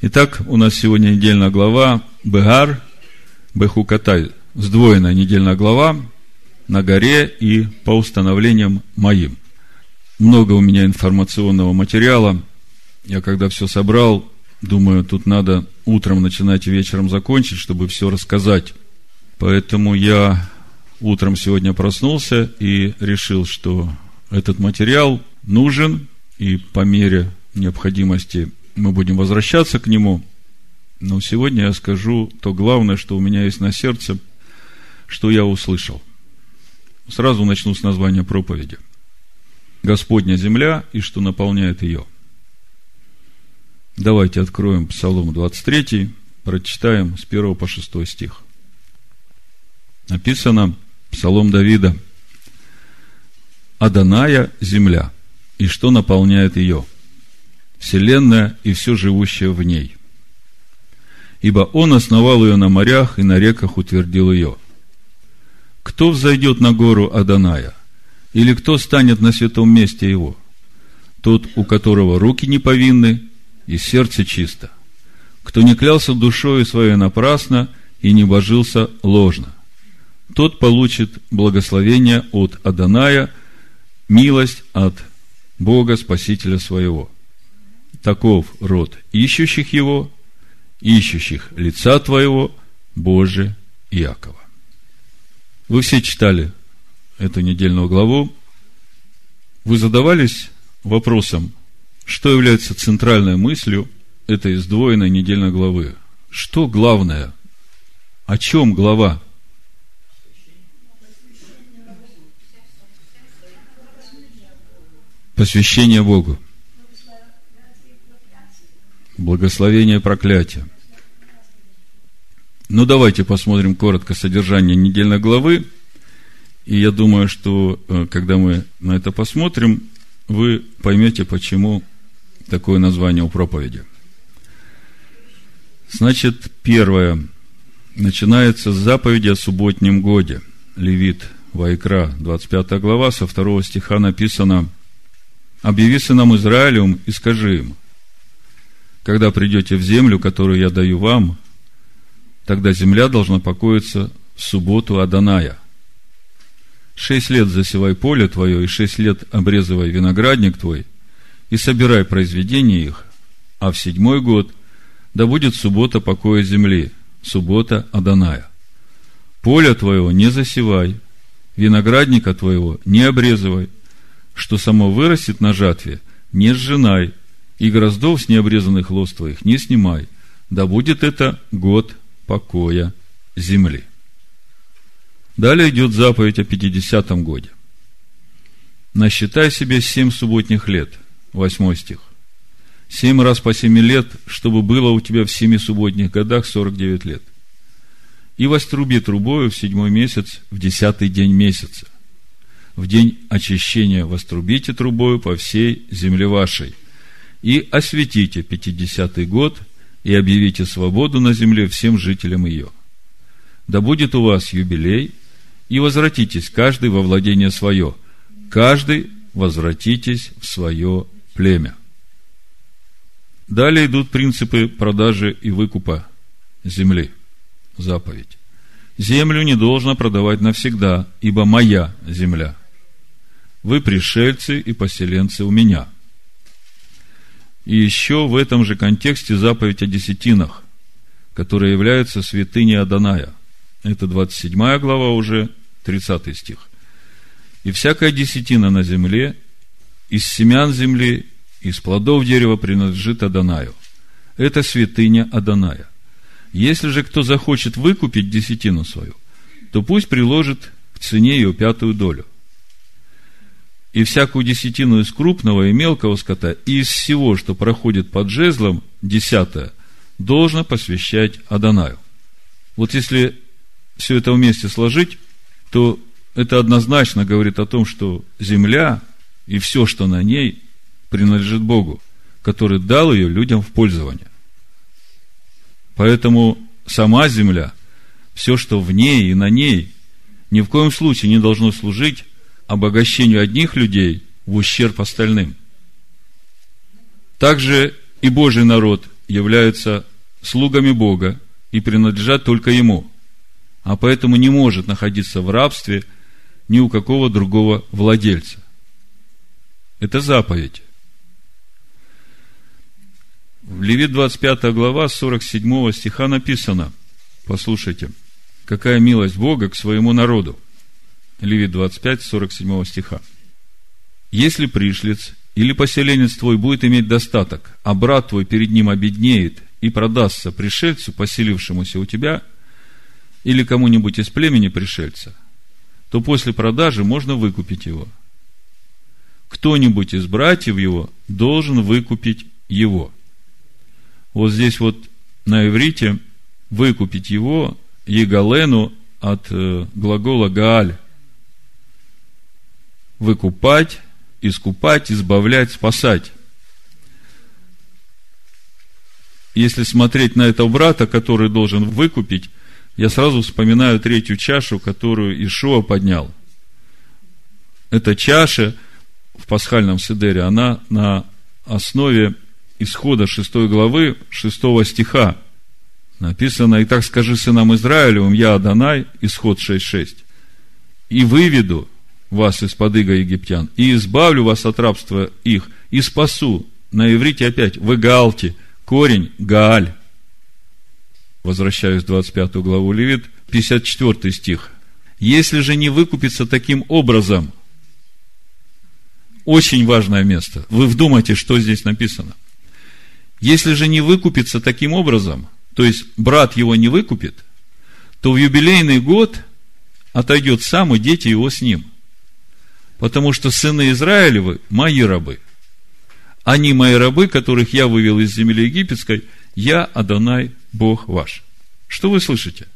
Итак, у нас сегодня недельная глава Бегар, Бехукатай, сдвоенная недельная глава на горе и по установлениям моим. Много у меня информационного материала. Я когда все собрал, думаю, тут надо утром начинать и вечером закончить, чтобы все рассказать. Поэтому я утром сегодня проснулся и решил, что этот материал нужен, и по мере необходимости мы будем возвращаться к нему. Но сегодня я скажу то главное, что у меня есть на сердце, что я услышал. Сразу начну с названия проповеди. Господня земля и что наполняет ее. Давайте откроем Псалом 23, прочитаем с 1 по 6 стих. Написано, Псалом Давида: «Адоная земля, и что наполняет ее, вселенная и все живущее в ней. Ибо Он основал ее на морях и на реках утвердил ее. Кто взойдет на гору Адоная, или кто станет на святом месте его? Тот, у которого руки не повинны и сердце чисто, кто не клялся душою своей напрасно и не божился ложно, тот получит благословение от Адоная, милость от Бога Спасителя своего. Таков род ищущих его, ищущих лица твоего, Боже Иакова». Вы все читали эту недельную главу. Вы задавались вопросом, что является центральной мыслью этой сдвоенной недельной главы? Что главное? О чем глава? Посвящение Богу. Благословение и проклятие. Ну, давайте посмотрим коротко содержание недельной главы. И я думаю, что когда мы на это посмотрим, вы поймете, почему такое название у проповеди. Значит, первое. Начинается с заповеди о субботнем годе. Левит, Ваикра, 25 глава, со 2 стиха написано: «Объяви сынам Израилевым и скажи им: когда придете в землю, которую я даю вам, тогда земля должна покоиться в субботу Адоная. 6 лет засевай поле твое, и 6 лет обрезывай виноградник твой, и собирай произведения их, а в 7-й год да будет суббота покоя земли, суббота Адоная. Поле твоего не засевай, виноградника твоего не обрезывай, что само вырастет на жатве, не сжинай, и гроздов с необрезанных лоз твоих не снимай, да будет это год покоя земли». Далее идет заповедь о 50-м годе. «Насчитай себе 7 субботних лет», 8 стих. 7 раз по 7 лет, чтобы было у тебя в 7 субботних годах 49 лет. «И воструби трубою в 7-й месяц, в 10-й день месяца. В день очищения вострубите трубою по всей земле вашей. И осветите 50-й год, и объявите свободу на земле всем жителям ее. Да будет у вас юбилей, и возвратитесь каждый во владение свое, каждый возвратитесь в свое племя». Далее идут принципы продажи и выкупа земли. Заповедь: «Землю не должно продавать навсегда, ибо моя земля. Вы пришельцы и поселенцы у меня». И еще в этом же контексте заповедь о десятинах, которая является святыней Адоная. Это 27 глава уже, 30 стих. «И всякая десятина на земле, из семян земли, из плодов дерева принадлежит Адонаю. Это святыня Адоная. Если же кто захочет выкупить десятину свою, то пусть приложит к цене ее 5-ю долю. И всякую десятину из крупного и мелкого скота, и из всего, что проходит под жезлом, 10-е, должно посвящать Адонаю». Вот если все это вместе сложить, то это однозначно говорит о том, что земля и все, что на ней, принадлежит Богу, который дал ее людям в пользование. Поэтому сама земля, все, что в ней и на ней, ни в коем случае не должно служить обогащению одних людей в ущерб остальным. Также и Божий народ являются слугами Бога и принадлежат только Ему, а поэтому не может находиться в рабстве ни у какого другого владельца. Это заповедь. В Левит 25 глава 47 стиха написано, послушайте, какая милость Бога к своему народу. Левит 25, 47 стиха. Если пришлец или поселенец твой будет иметь достаток, а брат твой перед ним обеднеет и продастся пришельцу, поселившемуся у тебя, или кому-нибудь из племени пришельца, то после продажи можно выкупить его. Кто-нибудь из братьев его должен выкупить его. Вот здесь вот на иврите выкупить его, егалену, от глагола гааль. Выкупать, искупать, избавлять, спасать. Если смотреть на этого брата, который должен выкупить, я сразу вспоминаю третью чашу, которую Иешуа поднял. Эта чаша в пасхальном седере, она на основе Исхода 6 главы 6 стиха. Написано: «Итак скажи сынам Израилевым, я Адонай», Исход 6:6, «и выведу вас из-под ига египтян, и избавлю вас от рабства их, и спасу». На иврите опять «выгаалти», корень «гааль». Возвращаюсь в 25 главу Левит, 54 стих. «Если же не выкупится таким образом», очень важное место, вы вдумайтесь, что здесь написано. Если же не выкупится таким образом, то есть брат его не выкупит, то в юбилейный год отойдет сам, и дети его с ним. Потому что сыны Израилевы мои рабы. Они мои рабы, которых я вывел из земли египетской, я Адонай, Бог ваш. Что вы слышите?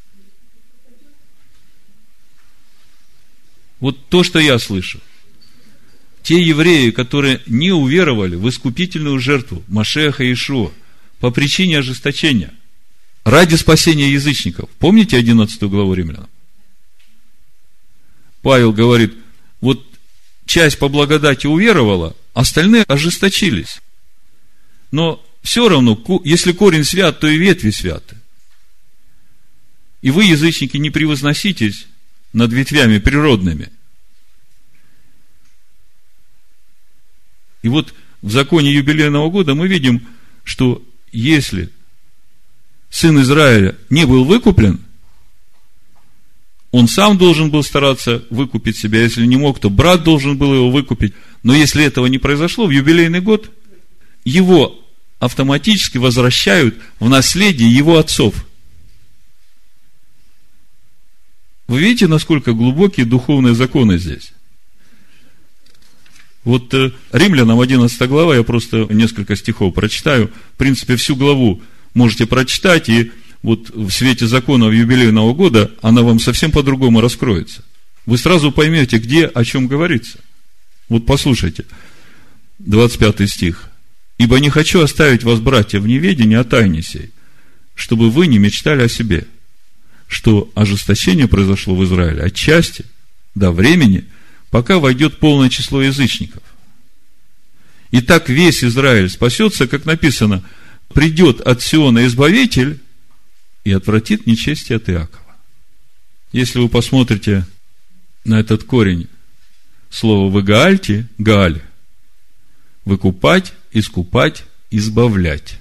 Вот то, что я слышу. Те евреи, которые не уверовали в искупительную жертву Машеха Иешуа по причине ожесточения, ради спасения язычников. Помните 11 главу Римлянам? Павел говорит, вот часть по благодати уверовала, остальные ожесточились. Но все равно, если корень свят, то и ветви святы. И вы, язычники, не превозноситесь над ветвями природными. И вот в законе юбилейного года мы видим, что если сын Израиля не был выкуплен, он сам должен был стараться выкупить себя. Если не мог, то брат должен был его выкупить. Но если этого не произошло, в юбилейный год его автоматически возвращают в наследие его отцов. Вы видите, насколько глубокие духовные законы здесь? Вот Римлянам 11 глава, я просто несколько стихов прочитаю. В принципе, всю главу можете прочитать, и вот в свете законов юбилейного года она вам совсем по-другому раскроется. Вы сразу поймете, где, о чем говорится. Вот послушайте, 25 стих. «Ибо не хочу оставить вас, братья, в неведении о тайне сей, чтобы вы не мечтали о себе, что ожесточение произошло в Израиле отчасти до времени, пока войдет полное число язычников. И так весь Израиль спасется, как написано, придет от Сиона Избавитель и отвратит нечестие от Иакова». Если вы посмотрите на этот корень слова «выгаальти», «гааль», выкупать, искупать, избавлять.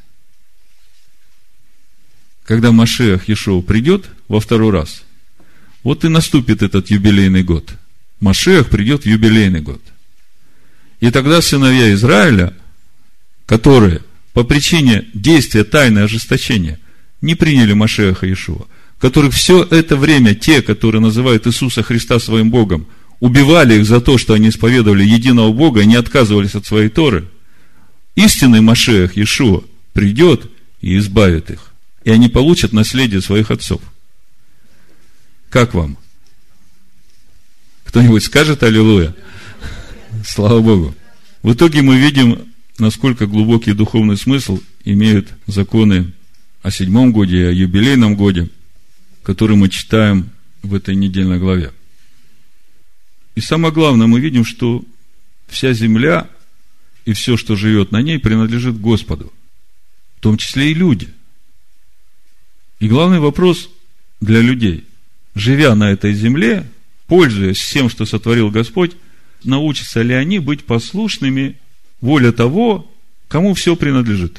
Когда Машиах Иешуа придет во второй раз, вот и наступит этот юбилейный год. Машиах придет в юбилейный год. И тогда сыновья Израиля, которые по причине действия тайны ожесточения не приняли Машиаха Иешуа, которых все это время те, которые называют Иисуса Христа своим Богом, убивали их за то, что они исповедовали единого Бога и не отказывались от своей Торы, истинный Машиах Иешуа придет и избавит их. И они получат наследие своих отцов. Как вам? Кто-нибудь скажет аллилуйя? Слава Богу. В итоге мы видим, насколько глубокий духовный смысл имеют законы о 7 годе и о юбилейном годе, которые мы читаем в этой недельной главе. И самое главное, мы видим, что вся земля и все, что живет на ней, принадлежит Господу. том числе и люди. И главный вопрос для людей: живя на этой земле, пользуясь всем, что сотворил Господь, научатся ли они быть послушными воле того, кому все принадлежит?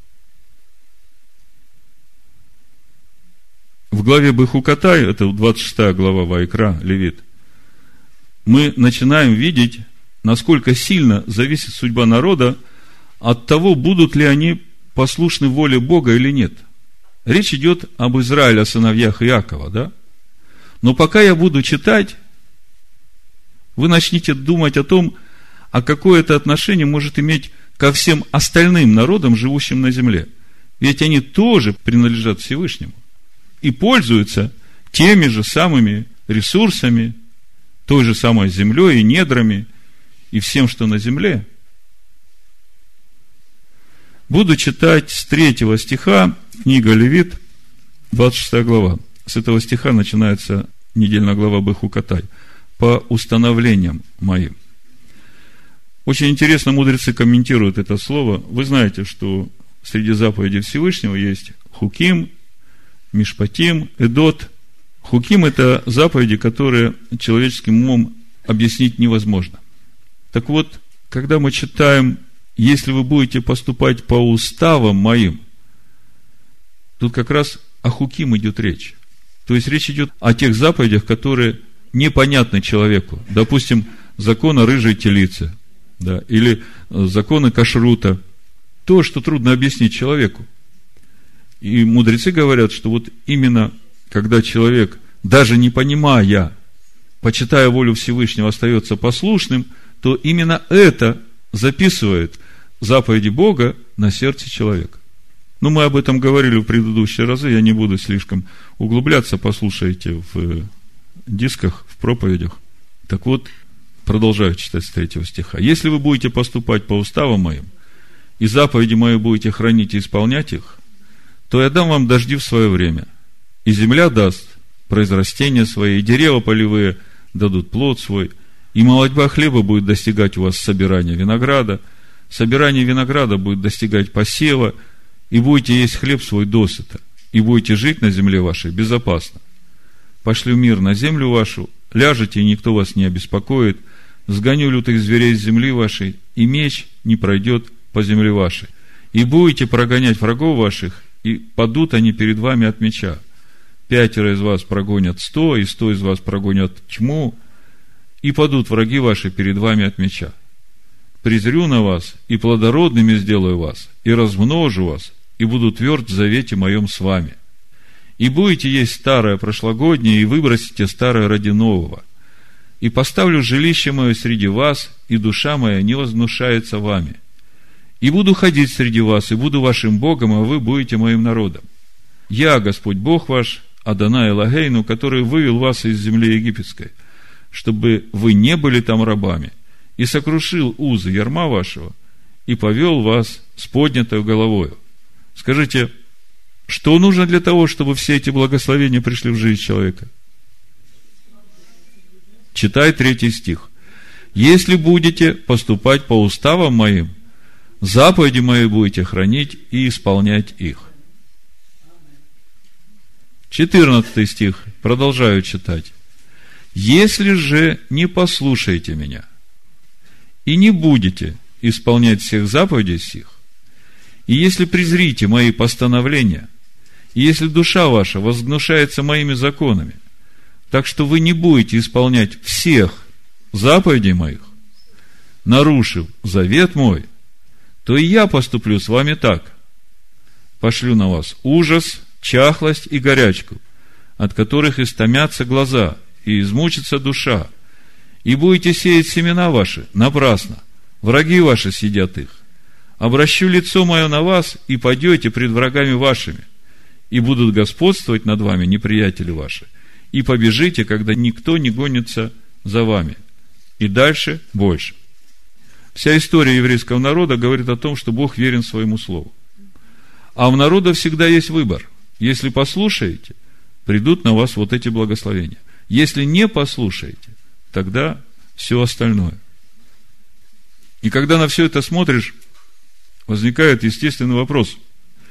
В главе Бехукотай, это 26 глава Ваикра, Левит, мы начинаем видеть, насколько сильно зависит судьба народа от того, будут ли они послушны воле Бога или нет. Речь идет об Израиле, о сыновьях Иакова, да? Но пока я буду читать, вы начнете думать о том, а какое это отношение может иметь ко всем остальным народам, живущим на земле. Ведь они тоже принадлежат Всевышнему и пользуются теми же самыми ресурсами, той же самой землей и недрами, и всем, что на земле. Буду читать с 3 стиха, книга Левит, 26 глава. С этого стиха начинается недельная глава Бехукотай. По установлениям моим. Очень интересно, мудрецы комментируют это слово. Вы знаете, что среди заповедей Всевышнего есть Хуким, Мишпатим, Эдот. Хуким – это заповеди, которые человеческим умом объяснить невозможно. Так вот, когда мы читаем: если вы будете поступать по уставам моим, тут как раз о Хуким идет речь. То есть речь идет о тех заповедях, которые непонятны человеку. Допустим, закон о рыжей телице, да, или законы кашрута. То, что трудно объяснить человеку. И мудрецы говорят, что вот именно когда человек, даже не понимая, почитая волю Всевышнего, остается послушным, то именно это записывает заповеди Бога на сердце человека. Ну, мы об этом говорили в предыдущие разы, я не буду слишком углубляться, послушайте в дисках, в проповедях. Так вот, продолжаю читать с 3 стиха. «Если вы будете поступать по уставам моим, и заповеди мои будете хранить и исполнять их, то я дам вам дожди в свое время, и земля даст произрастения свои, и дерева полевые дадут плод свой, и молодьба хлеба будет достигать у вас собирания винограда, собирание винограда будет достигать посева, и будете есть хлеб свой досыта, и будете жить на земле вашей безопасно. Пошлю мир на землю вашу, ляжете, и никто вас не обеспокоит, сгоню лютых зверей с земли вашей, и меч не пройдет по земле вашей. И будете прогонять врагов ваших, и падут они перед вами от меча. 5 из вас прогонят 100, и 100 из вас прогонят тьму, и падут враги ваши перед вами от меча. Презрю на вас, и плодородными сделаю вас, и размножу вас, и буду тверд в завете моем с вами. И будете есть старое прошлогоднее, и выбросите старое ради нового. И поставлю жилище мое среди вас, и душа моя не возгнушается вами. И буду ходить среди вас, и буду вашим Богом, а вы будете моим народом. Я, Господь Бог ваш, Адонай Элогейну, который вывел вас из земли египетской, чтобы вы не были там рабами, и сокрушил узы ярма вашего, и повел вас с поднятой головою». Скажите, что нужно для того, чтобы все эти благословения пришли в жизнь человека? Читай 3 стих. «Если будете поступать по уставам моим, заповеди мои будете хранить и исполнять их». 14 стих, продолжаю читать. «Если же не послушаете меня и не будете исполнять всех заповедей сих, и если презрите мои постановления, и если душа ваша возгнушается моими законами, так что вы не будете исполнять всех заповедей моих, нарушив завет мой, то и я поступлю с вами так. Пошлю на вас ужас, чахлость и горячку, от которых истомятся глаза и измучится душа, и будете сеять семена ваши напрасно, враги ваши съедят их. Обращу лицо мое на вас, и падете пред врагами вашими, и будут господствовать над вами неприятели ваши, и побежите, когда никто не гонится за вами». И дальше больше. Вся история еврейского народа говорит о том, что Бог верен своему слову. А у народа всегда есть выбор. Если послушаете, придут на вас вот эти благословения. Если не послушаете, тогда все остальное. И когда на все это смотришь, возникает естественный вопрос.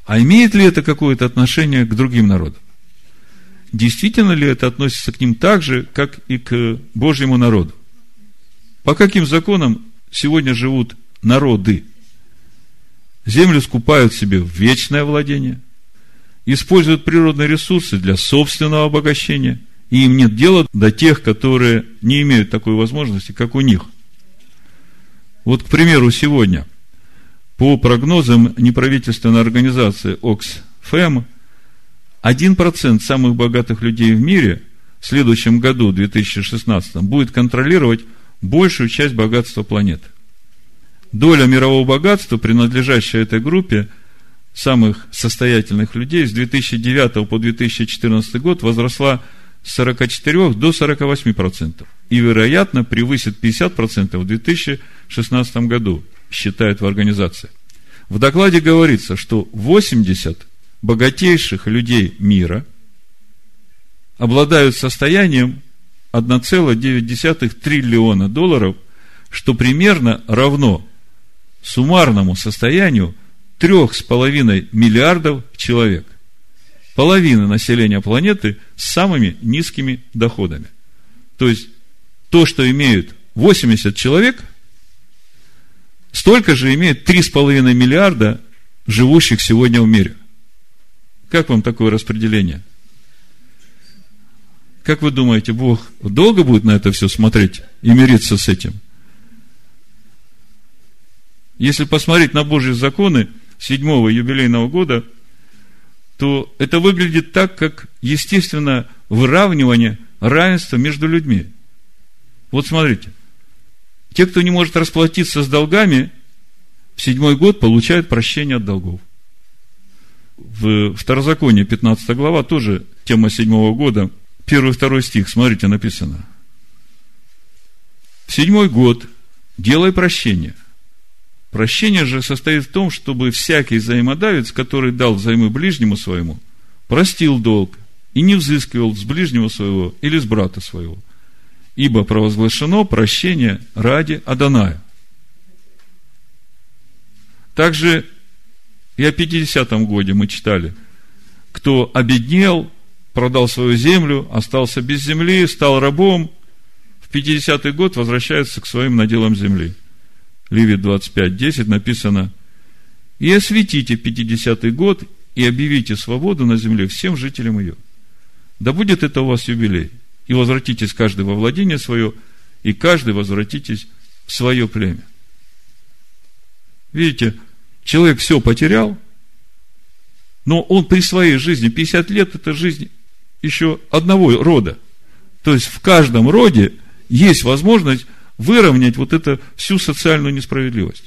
А имеет ли это какое-то отношение к другим народам? Действительно ли это относится к ним так же, как и к Божьему народу? По каким законам сегодня живут народы? Землю скупают себе в вечное владение, используют природные ресурсы для собственного обогащения, и им нет дела до тех, которые не имеют такой возможности, как у них. Вот, к примеру, сегодня, по прогнозам неправительственной организации Oxfam, 1% самых богатых людей в мире в следующем году, 2016, будет контролировать большую часть богатства планеты. Доля мирового богатства, принадлежащая этой группе самых состоятельных людей, с 2009 по 2014 год возросла с 44 до 48%. И, вероятно, превысит 50% в 2016 году, считает в организации. В докладе говорится, что 80 богатейших людей мира обладают состоянием 1,9 триллиона долларов, что примерно равно суммарному состоянию 3,5 миллиардов человек. Половина населения планеты с самыми низкими доходами. То есть, то, что имеют 80 человек, столько же имеет 3,5 миллиарда живущих сегодня в мире. Как вам такое распределение? Как вы думаете, Бог долго будет на это все смотреть и мириться с этим? Если посмотреть на Божьи законы 7-го юбилейного года, то это выглядит так, как естественное выравнивание равенства между людьми. Вот смотрите. Те, кто не может расплатиться с долгами, в 7-й год получают прощение от долгов. В Второзаконии, 15 глава, тоже тема 7-го года, 1-2 стих, смотрите, написано. В 7-й год делай прощение. Прощение же состоит в том, чтобы всякий взаимодавец, который дал взаймы ближнему своему, простил долг и не взыскивал с ближнего своего или с брата своего. Ибо провозглашено прощение ради Адоная. Также и о 50-м годе мы читали. Кто обеднел, продал свою землю, остался без земли, стал рабом, в 50-й год возвращается к своим наделам земли. Левит 25:10 написано: «И осветите 50-й год, и объявите свободу на земле всем жителям ее. Да будет это у вас юбилей, и возвратитесь каждый во владение свое, и каждый возвратитесь в свое племя». Видите, человек все потерял, но он при своей жизни, 50 лет, это жизнь еще одного рода. То есть, в каждом роде есть возможность выровнять вот эту всю социальную несправедливость.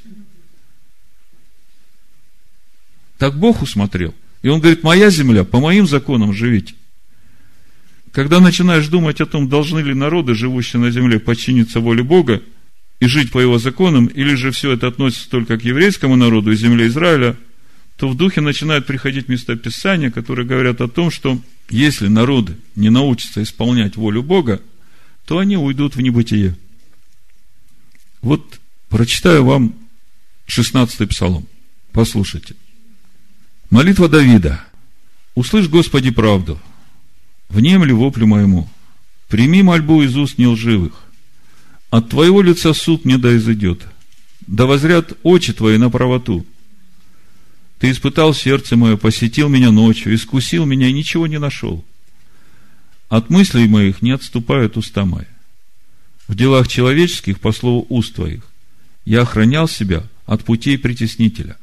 Так Бог усмотрел. И Он говорит: моя земля, по моим законам живите. Когда начинаешь думать о том, должны ли народы, живущие на земле, подчиниться воле Бога и жить по Его законам, или же все это относится только к еврейскому народу и земле Израиля, то в духе начинают приходить местописания, которые говорят о том, что если народы не научатся исполнять волю Бога, то они уйдут в небытие. Вот прочитаю вам 16-й псалом. Послушайте. Молитва Давида. «Услышь, Господи, правду, внемли воплю моему, прими мольбу из уст нелживых, от Твоего лица суд не доизойдет, да возрят очи Твои на правоту. Ты испытал сердце мое, посетил меня ночью, искусил меня и ничего не нашел. От мыслей моих не отступают уста мои. В делах человеческих, по слову уст Твоих, я охранял себя от путей притеснителя».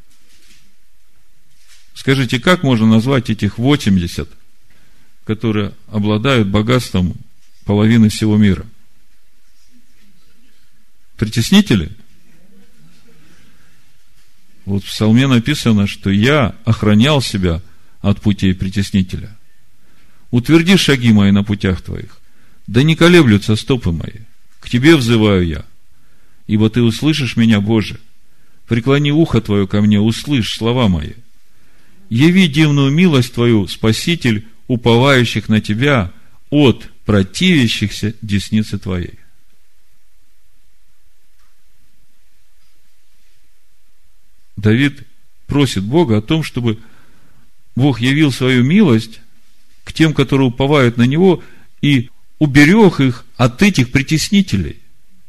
Скажите, как можно назвать этих 80, которые обладают богатством половины всего мира? Притеснители? Вот в Псалме написано, что я охранял себя от путей притеснителя. Утверди шаги мои на путях Твоих, да не колеблются стопы мои. К Тебе взываю я, ибо Ты услышишь меня, Боже. Преклони ухо Твое ко мне, услышь слова мои. Яви дивную милость Твою, Спаситель, уповающих на Тебя от противящихся десницы Твоей. Давид просит Бога о том, чтобы Бог явил свою милость к тем, которые уповают на Него, и уберег их от этих притеснителей.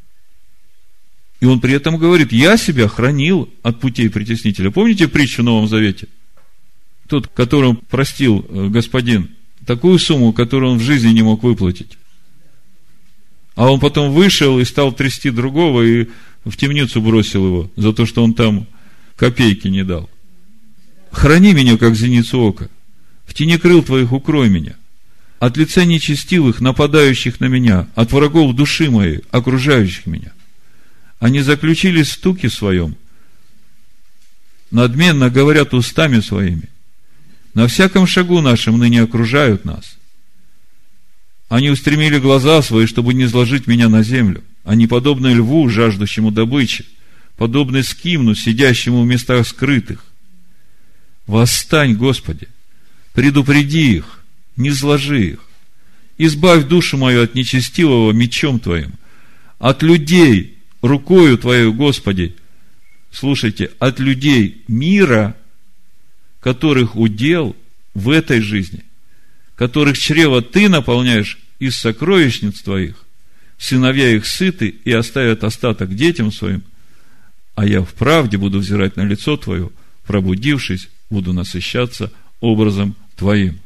И Он при этом говорит: я себя хранил от путей притеснителя. Помните притчу в Новом Завете? Тот, которому простил Господин такую сумму, которую он в жизни не мог выплатить. А он потом вышел и стал трясти другого, и в темницу бросил его за то, что он там копейки не дал. Храни меня, как зеницу ока. В тени крыл твоих укрой меня. От лица нечестивых, нападающих на меня, от врагов души моей, окружающих меня. Они заключились в стуке своем, надменно говорят устами своими. На всяком шагу нашем ныне окружают нас. Они устремили глаза свои, чтобы не сложить меня на землю. Они подобны льву, жаждущему добычи, подобны скимну, сидящему в местах скрытых. Восстань, Господи, предупреди их, не сложи их. Избавь душу мою от нечестивого мечом Твоим, от людей рукою Твоею, Господи. Слушайте, от людей мира, которых удел в этой жизни, которых чрево Ты наполняешь из сокровищниц Твоих, сыновья их сыты и оставят остаток детям своим, а я в правде буду взирать на лицо Твое, пробудившись, буду насыщаться образом Твоим.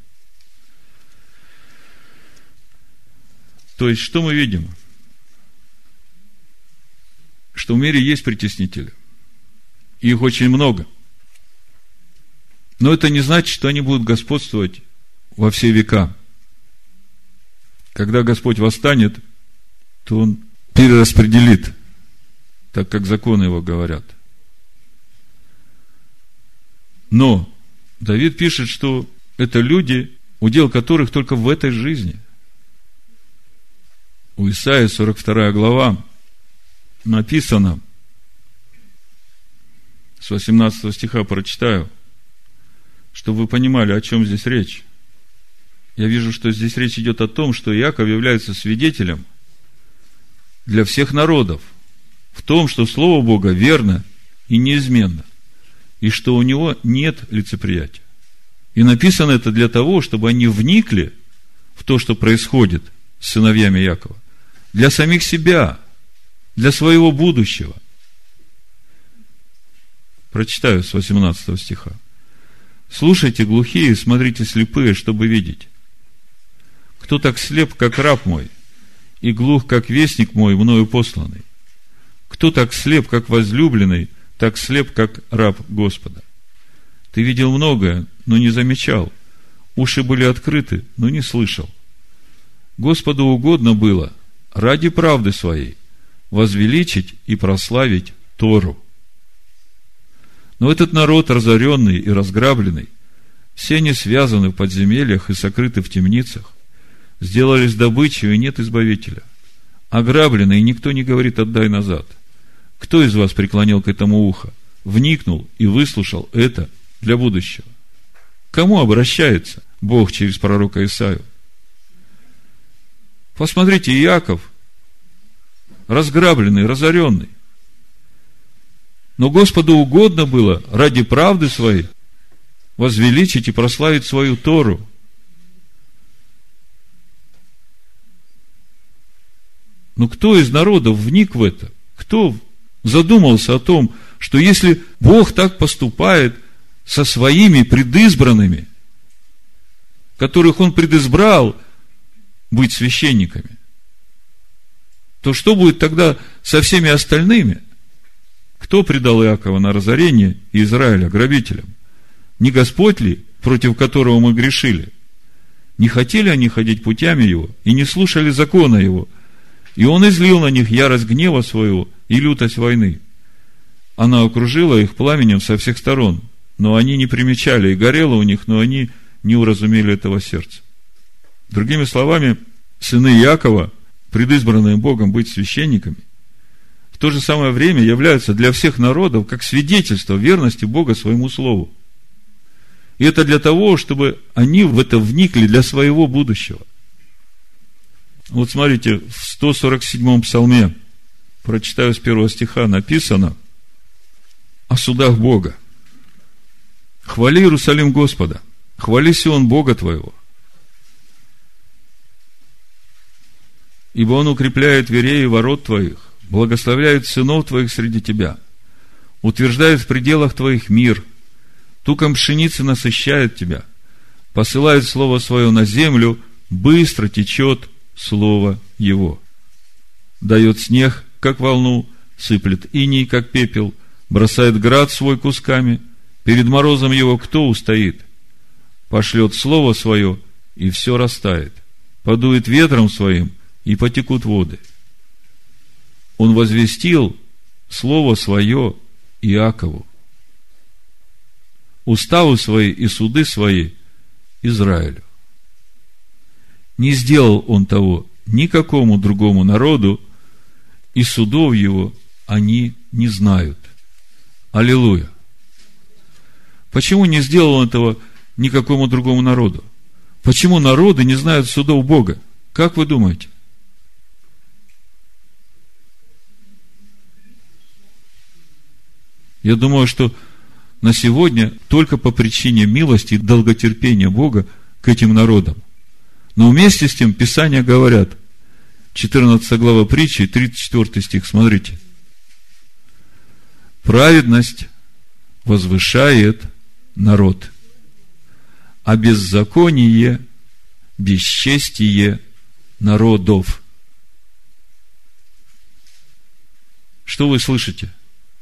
То есть, что мы видим? Что в мире есть притеснители. Их очень много. Но это не значит, что они будут господствовать во все века. Когда Господь восстанет, то Он перераспределит, так как законы Его говорят. Но Давид пишет, что это люди, удел которых только в этой жизни. У Исаии 42 глава написано, с 18 стиха прочитаю, чтобы вы понимали, о чем здесь речь. Я вижу, что здесь речь идет о том, что Иаков является свидетелем для всех народов в том, что Слово Бога верно и неизменно, и что у него нет лицеприятия. И написано это для того, чтобы они вникли в то, что происходит с сыновьями Иакова, для самих себя, для своего будущего. Прочитаю с 18 стиха. «Слушайте, глухие, смотрите, слепые, чтобы видеть. Кто так слеп, как раб мой, и глух, как вестник мой, мною посланный? Кто так слеп, как возлюбленный, так слеп, как раб Господа? Ты видел многое, но не замечал. Уши были открыты, но не слышал. Господу угодно было ради правды своей возвеличить и прославить Тору. Но этот народ, разоренный и разграбленный, все они связаны в подземельях и сокрыты в темницах, сделались добычей, и нет избавителя. Ограблены, и никто не говорит: отдай назад. Кто из вас преклонил к этому ухо, вникнул и выслушал это для будущего? К кому обращается Бог через пророка Исаию? Посмотрите, Иаков разграбленный, разоренный. Но Господу угодно было ради правды своей возвеличить и прославить свою Тору. Но кто из народов вник в это? Кто задумался о том, что если Бог так поступает со своими предизбранными, которых Он предизбрал быть священниками, то что будет тогда со всеми остальными? Кто предал Иакова на разорение и Израиля грабителям? Не Господь ли, против которого мы грешили? Не хотели они ходить путями Его и не слушали закона Его, и Он излил на них ярость гнева своего и лютость войны. Она окружила их пламенем со всех сторон, но они не примечали, и горело у них, но они не уразумели этого сердца. Другими словами, сыны Иакова, предизбранные Богом быть священниками, в то же самое время являются для всех народов как свидетельство верности Бога своему слову. И это для того, чтобы они в это вникли для своего будущего. Вот смотрите, в 147-м псалме, прочитаю с 1 стиха, написано о судах Бога. «Хвали Иерусалим Господа, Хвали Сион Бога твоего, ибо Он укрепляет дверей и ворот твоих, благословляет сынов твоих среди тебя, утверждает в пределах твоих мир, туком пшеницы насыщает тебя, посылает слово свое на землю, быстро течет слово его. Дает снег, как волну, сыплет иней, как пепел, бросает град свой кусками, перед морозом его кто устоит? Пошлет слово свое, и все растает, подует ветром своим, и потекут воды. Он возвестил слово свое Иакову, уставы свои и суды свои Израилю. Не сделал он того никакому другому народу, и судов его они не знают. Аллилуйя! Почему не сделал он этого никакому другому народу? Почему народы не знают судов Бога? Как вы думаете? Я думаю, что на сегодня только по причине милости и долготерпения Бога к этим народам. Но вместе с тем Писания говорят, 14 глава притчи, 34 стих, смотрите. Праведность возвышает народ, а беззаконие, бесчестие народов. Что вы слышите?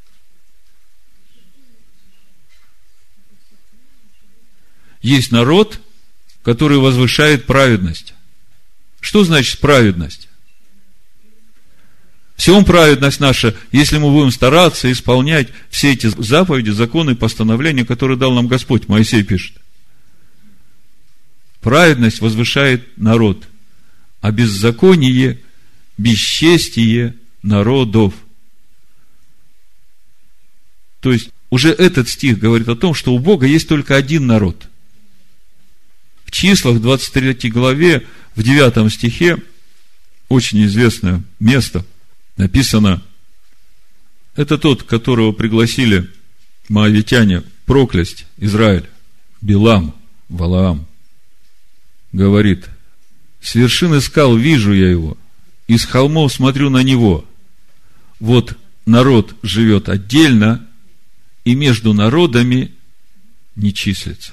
Есть народ, который возвышает праведность. Что значит праведность? В всем праведность наша, если мы будем стараться исполнять все эти заповеди, законы, постановления, которые дал нам Господь. Моисей пишет. Праведность возвышает народ, а беззаконие, бесчестие народов. То есть, уже этот стих говорит о том, что у Бога есть только один народ. В Числах, 23 главе, в 9 стихе, очень известное место, написано, это тот, которого пригласили моавитяне проклясть Израиль, Билам, Валаам, говорит, с вершины скал вижу я его, из холмов смотрю на него. Вот народ живет отдельно, и между народами не числится.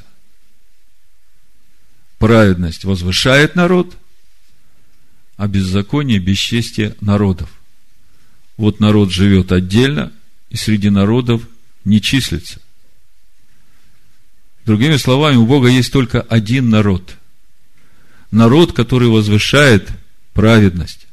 Праведность возвышает народ, а беззаконие, бесчестие народов. Вот народ живет отдельно, и среди народов не числится. Другими словами, у Бога есть только один народ. Народ, который возвышает праведность.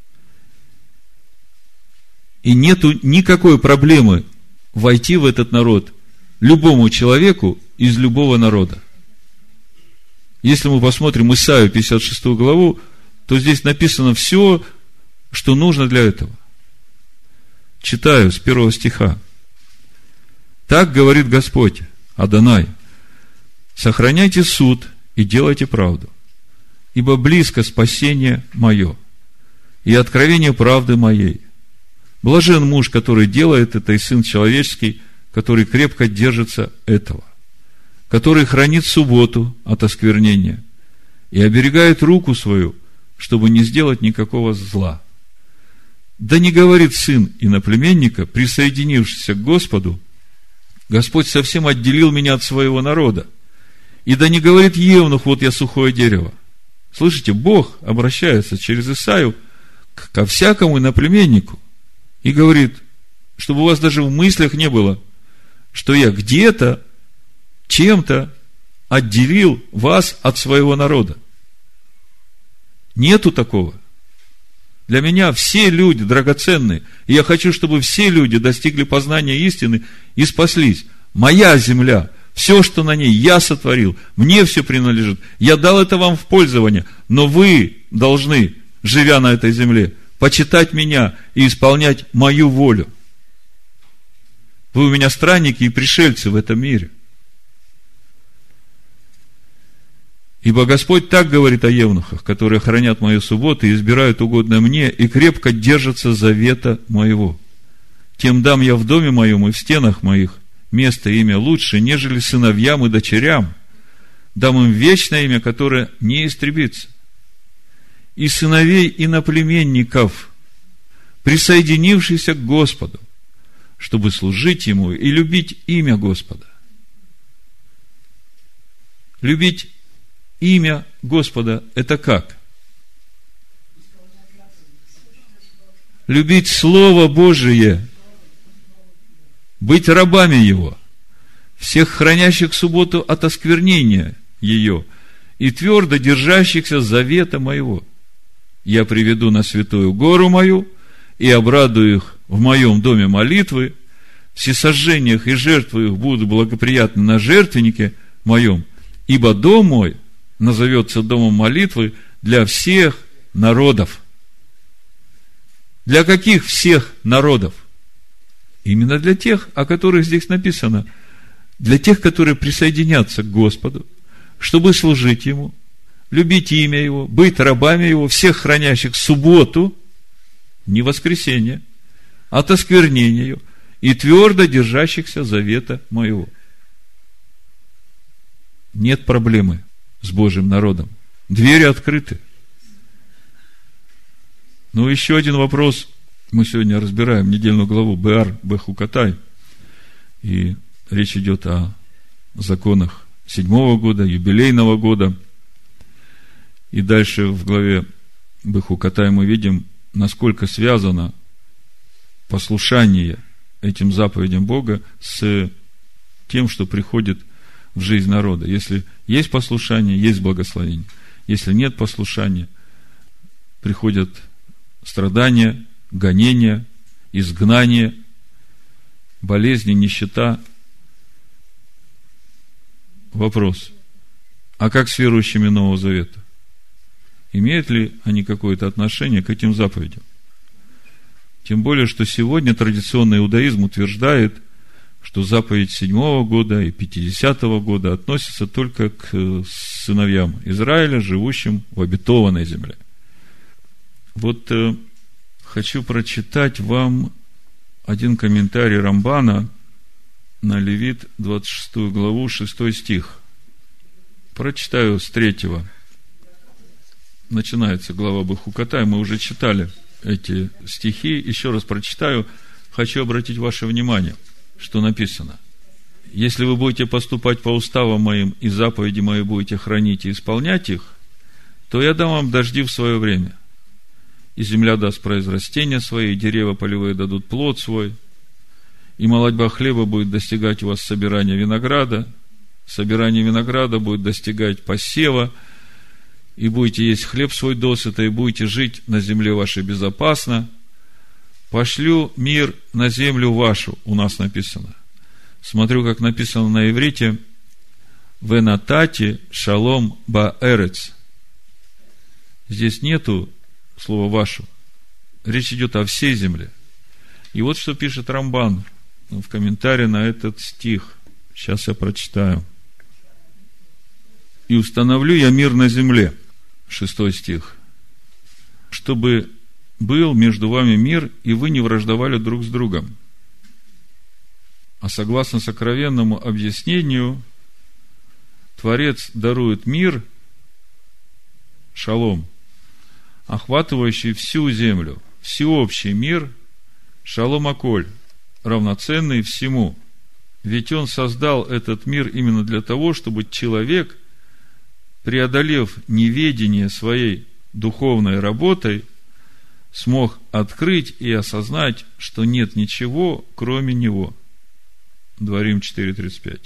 И нету никакой проблемы войти в этот народ любому человеку из любого народа. Если мы посмотрим Исаию 56 главу, то здесь написано все, что нужно для этого. Читаю с 1 стиха. Так говорит Господь, Адонай, сохраняйте суд и делайте правду, ибо близко спасение мое и откровение правды моей. Блажен муж, который делает это, и сын человеческий, который крепко держится этого, который хранит субботу от осквернения и оберегает руку свою, чтобы не сделать никакого зла. Да не говорит сын иноплеменника, присоединившийся к Господу, Господь совсем отделил меня от своего народа. И да не говорит евнух, вот я сухое дерево. Слышите, Бог обращается через Исаию ко всякому иноплеменнику и говорит, чтобы у вас даже в мыслях не было, что я где-то, чем-то отделил вас от своего народа. Нету такого. Для меня все люди драгоценные, и я хочу, чтобы все люди достигли познания истины и спаслись. Моя земля, все, что на ней, я сотворил, мне все принадлежит. Я дал это вам в пользование, но вы должны, живя на этой земле, почитать меня и исполнять мою волю. Вы у меня странники и пришельцы в этом мире. Ибо Господь так говорит о евнухах, которые хранят мою субботу и избирают угодное мне, и крепко держатся завета моего. Тем дам я в доме моем и в стенах моих место и имя лучше, нежели сыновьям и дочерям, дам им вечное имя, которое не истребится. И сыновей иноплеменников, присоединившихся к Господу, чтобы служить Ему и любить имя Господа. Любить имя Господа – это как? Любить Слово Божие, быть рабами Его, всех хранящих субботу от осквернения ее и твердо держащихся завета моего. Я приведу на святую гору мою и обрадую их в моем доме молитвы, всесожжениях и жертвы их будут благоприятны на жертвеннике моем, ибо дом мой назовется домом молитвы для всех народов. Для каких всех народов? Именно для тех, о которых здесь написано. Для тех, которые присоединятся к Господу, чтобы служить Ему, любить имя Его, быть рабами Его, всех хранящих субботу, не воскресенье, от осквернения ее, и твердо держащихся завета моего. Нет проблемы с Божьим народом. Двери открыты. Но еще один вопрос. Мы сегодня разбираем недельную главу Беар Бехукатай. И речь идет о законах 7-го года, юбилейного года. И дальше в главе Бехукатай мы видим, насколько связано послушание этим заповедям Бога с тем, что приходит в жизнь народа. Если есть послушание, есть благословение. Если нет послушания, приходят страдания, гонения, изгнание, болезни, нищета. Вопрос: а как с верующими Нового Завета? Имеют ли они какое-то отношение к этим заповедям? Тем более, что сегодня традиционный иудаизм утверждает, что заповедь 7-го года и 50-го года относятся только к сыновьям Израиля, живущим в обетованной земле. Вот хочу прочитать вам один комментарий Рамбана на Левит 26 главу, 6 стих. Прочитаю с 3-го. Начинается глава Бехукатай, мы уже читали эти стихи, еще раз прочитаю. Хочу обратить ваше внимание, что написано. Если вы будете поступать по уставам моим и заповеди мои будете хранить и исполнять их, то я дам вам дожди в свое время. И земля даст произрастения свои, и деревья полевые дадут плод свой, и молодьба хлеба будет достигать у вас собирания винограда, собирание винограда будет достигать посева, и будете есть хлеб свой досыта, и будете жить на земле вашей безопасно. Пошлю мир на землю вашу, у нас написано. Смотрю, как написано на иврите: «Венатати шалом баэрец». Здесь нету слова «вашу». Речь идет о всей земле. И вот что пишет Рамбан в комментарии на этот стих. Сейчас я прочитаю. «И установлю я мир на земле». 6 стих. «Чтобы был между вами мир, и вы не враждовали друг с другом». А согласно сокровенному объяснению, Творец дарует мир, шалом, охватывающий всю землю, всеобщий мир, шалом аколь, равноценный всему. Ведь Он создал этот мир именно для того, чтобы человек, преодолев неведение своей духовной работой, смог открыть и осознать, что нет ничего, кроме Него. Дворим 4:35.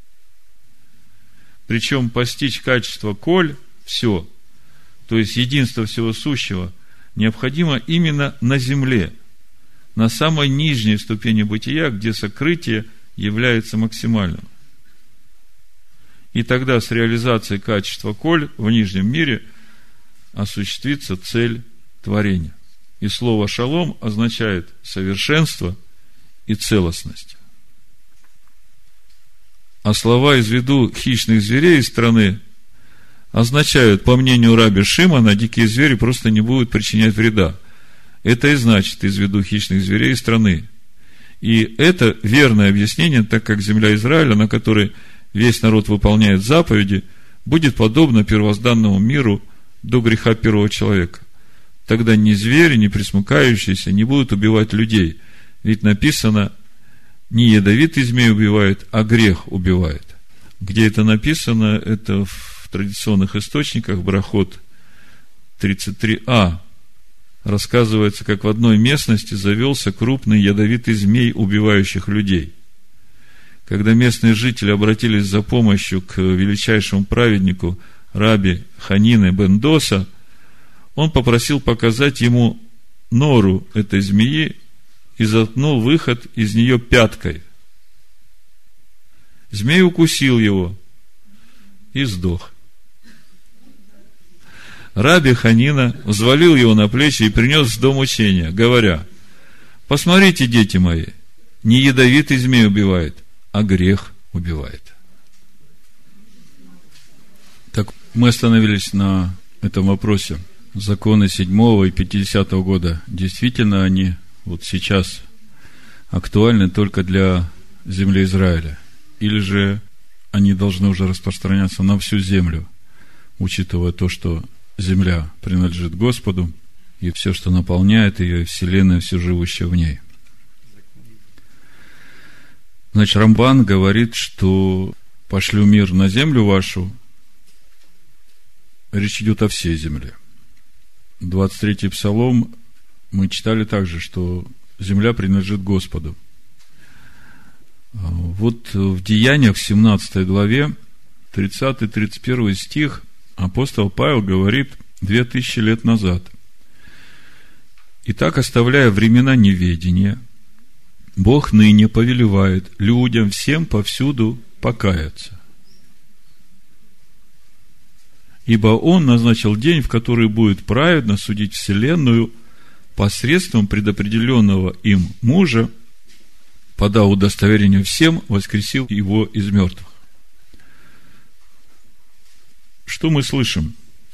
Причем постичь качество коль, все, то есть единство всего сущего, необходимо именно на земле, на самой нижней ступени бытия, где сокрытие является максимальным. И тогда с реализацией качества коль в нижнем мире осуществится цель творения. И слово «шалом» означает совершенство и целостность. А слова «из виду хищных зверей из страны» означают, по мнению раби Шимона, дикие звери просто не будут причинять вреда. Это и значит «из виду хищных зверей из страны». И это верное объяснение, так как земля Израиля, на которой весь народ выполняет заповеди, будет подобно первозданному миру до греха первого человека. Тогда ни звери, ни пресмыкающиеся не будут убивать людей. Ведь написано, не ядовитый змей убивает, а грех убивает. Где это написано? Это в традиционных источниках, Брахот 33а. Рассказывается, как в одной местности завелся крупный ядовитый змей, убивающих людей. Когда местные жители обратились за помощью к величайшему праведнику Раби Ханины бен Доса, он попросил показать ему нору этой змеи и заткнул выход из нее пяткой. Змей укусил его и сдох. Раби Ханина взвалил его на плечи и принес в дом учения, говоря: посмотрите, дети мои, не ядовитый змей убивает, а грех убивает. Так, мы остановились на этом вопросе. Законы 7 и 50 года, действительно они вот сейчас актуальны только для земли Израиля? Или же они должны уже распространяться на всю землю, учитывая то, что земля принадлежит Господу, и все, что наполняет ее, и вселенная, все живущее в ней? Значит, Рамбан говорит, что пошлю мир на землю вашу. Речь идет о всей земле. 23-й Псалом мы читали также, что земля принадлежит Господу. Вот в Деяниях, в 17 главе, 30-31 стих, апостол Павел говорит 2000 лет назад: «Итак, оставляя времена неведения, Бог ныне повелевает людям всем повсюду покаяться. Ибо Он назначил день, в который будет праведно судить вселенную посредством предопределенного им мужа, подав удостоверение всем, воскресил его из мертвых». Что мы слышим?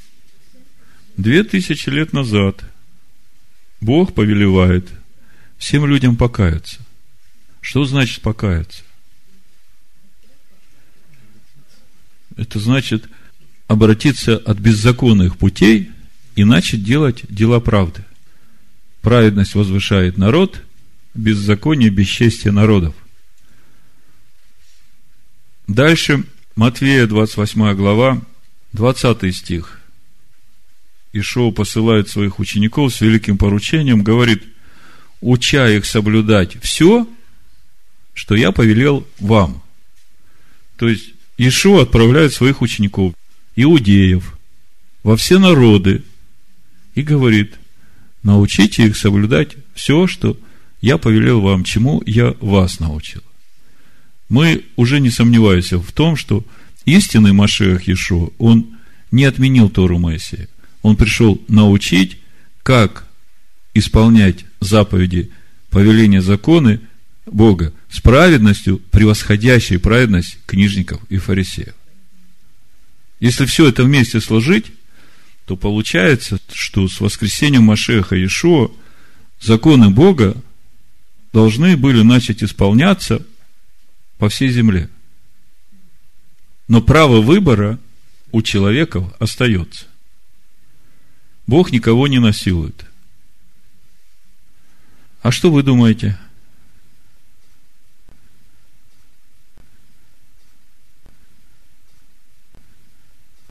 2000 лет назад Бог повелевает всем людям покаяться. Что значит покаяться? Это значит обратиться от беззаконных путей и начать делать дела правды. Праведность возвышает народ, беззаконие, бесчестие народов. Дальше, Матфея, 28 глава, 20 стих. Ишуа посылает своих учеников с великим поручением, говорит: уча их соблюдать все, что я повелел вам. То есть, Ишуа отправляет своих учеников, иудеев, во все народы и говорит: научите их соблюдать все, что я повелел вам, чему я вас научил. Мы уже не сомневаемся в том, что истинный Машиах Иешуа, он не отменил Тору Моисея. Он пришел научить, как исполнять заповеди, повеления, законы Бога с праведностью, превосходящей праведность книжников и фарисеев. Если все это вместе сложить, то получается, что с воскресением Машиаха Иешуа законы Бога должны были начать исполняться по всей земле. Но право выбора у человека остается. Бог никого не насилует. А что вы думаете?